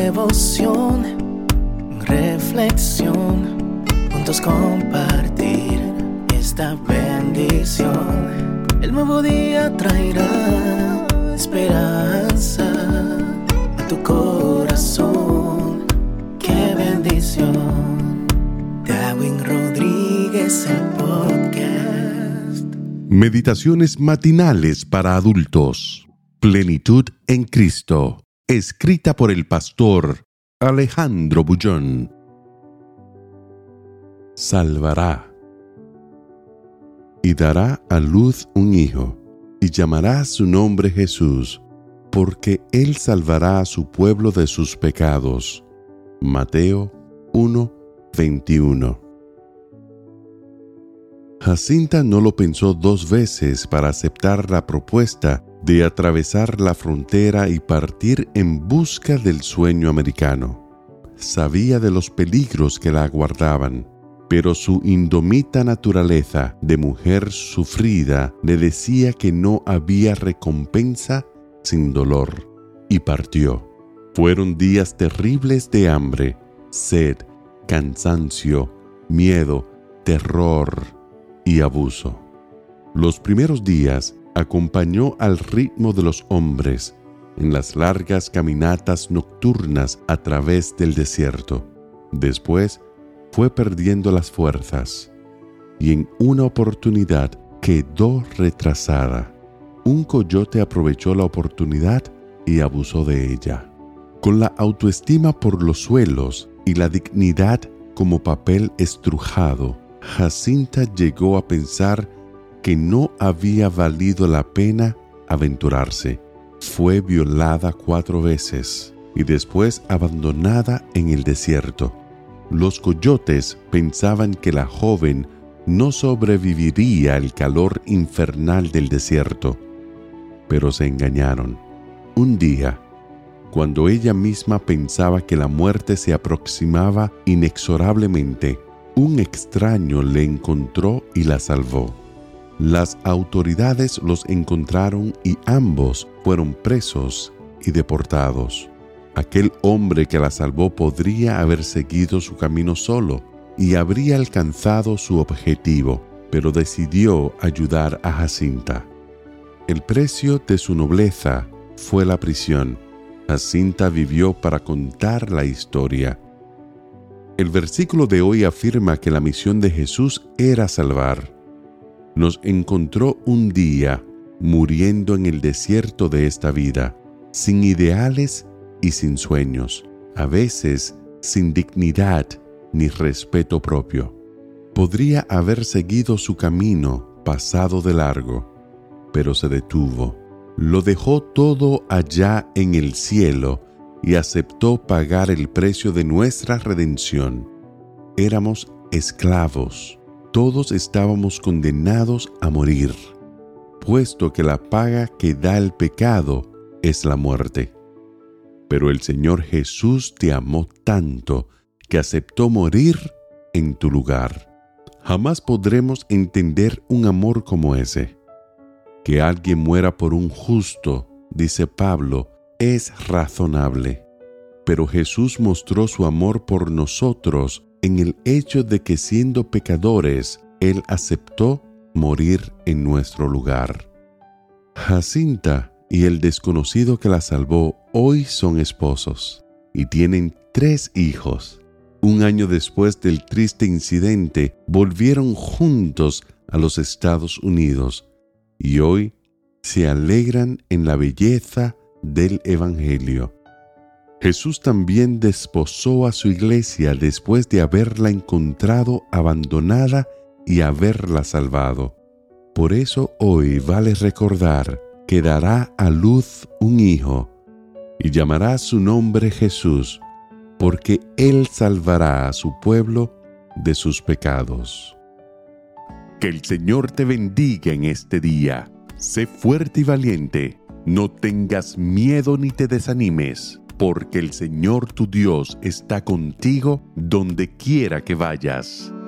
devoción, reflexión, juntos compartir esta bendición. El nuevo día traerá esperanza a tu corazón. ¡Qué bendición! Darwin Rodríguez, el podcast. Meditaciones matinales para adultos. Plenitud en Cristo. Escrita por el pastor Alejandro Bullón. Salvará. Y dará a luz un hijo, y llamará su nombre Jesús, porque él salvará a su pueblo de sus pecados. Mateo 1:21. Jacinta no lo pensó dos veces para aceptar la propuesta de atravesar la frontera y partir en busca del sueño americano. Sabía de los peligros que la aguardaban, pero su indomita naturaleza de mujer sufrida le decía que no había recompensa sin dolor, y partió. Fueron días terribles de hambre, sed, cansancio, miedo, terror y abuso. Los primeros días acompañó al ritmo de los hombres en las largas caminatas nocturnas a través del desierto. Después fue perdiendo las fuerzas y en una oportunidad quedó retrasada. Un coyote aprovechó la oportunidad y abusó de ella. Con la autoestima por los suelos y la dignidad como papel estrujado, Jacinta llegó a pensar que no había valido la pena aventurarse. Fue violada 4 veces y después abandonada en el desierto. Los coyotes pensaban que la joven no sobreviviría al calor infernal del desierto, pero se engañaron. Un día, cuando ella misma pensaba que la muerte se aproximaba inexorablemente, un extraño le encontró y la salvó. Las autoridades los encontraron y ambos fueron presos y deportados. Aquel hombre que la salvó podría haber seguido su camino solo y habría alcanzado su objetivo, pero decidió ayudar a Jacinta. El precio de su nobleza fue la prisión. Jacinta vivió para contar la historia. El versículo de hoy afirma que la misión de Jesús era salvar. Nos encontró un día muriendo en el desierto de esta vida, sin ideales y sin sueños, a veces sin dignidad ni respeto propio. Podría haber seguido su camino pasado de largo, pero se detuvo. Lo dejó todo allá en el cielo y aceptó pagar el precio de nuestra redención. Éramos esclavos. Todos estábamos condenados a morir, puesto que la paga que da el pecado es la muerte. Pero el Señor Jesús te amó tanto que aceptó morir en tu lugar. Jamás podremos entender un amor como ese. Que alguien muera por un justo, dice Pablo, es razonable. Pero Jesús mostró su amor por nosotros en el hecho de que siendo pecadores, Él aceptó morir en nuestro lugar. Jacinta y el desconocido que la salvó hoy son esposos y tienen 3 hijos. Un año después del triste incidente, volvieron juntos a los Estados Unidos y hoy se alegran en la belleza del Evangelio. Jesús también desposó a su iglesia después de haberla encontrado abandonada y haberla salvado. Por eso hoy vale recordar que dará a luz un hijo y llamará su nombre Jesús, porque Él salvará a su pueblo de sus pecados. Que el Señor te bendiga en este día. Sé fuerte y valiente. No tengas miedo ni te desanimes, porque el Señor tu Dios está contigo donde quiera que vayas.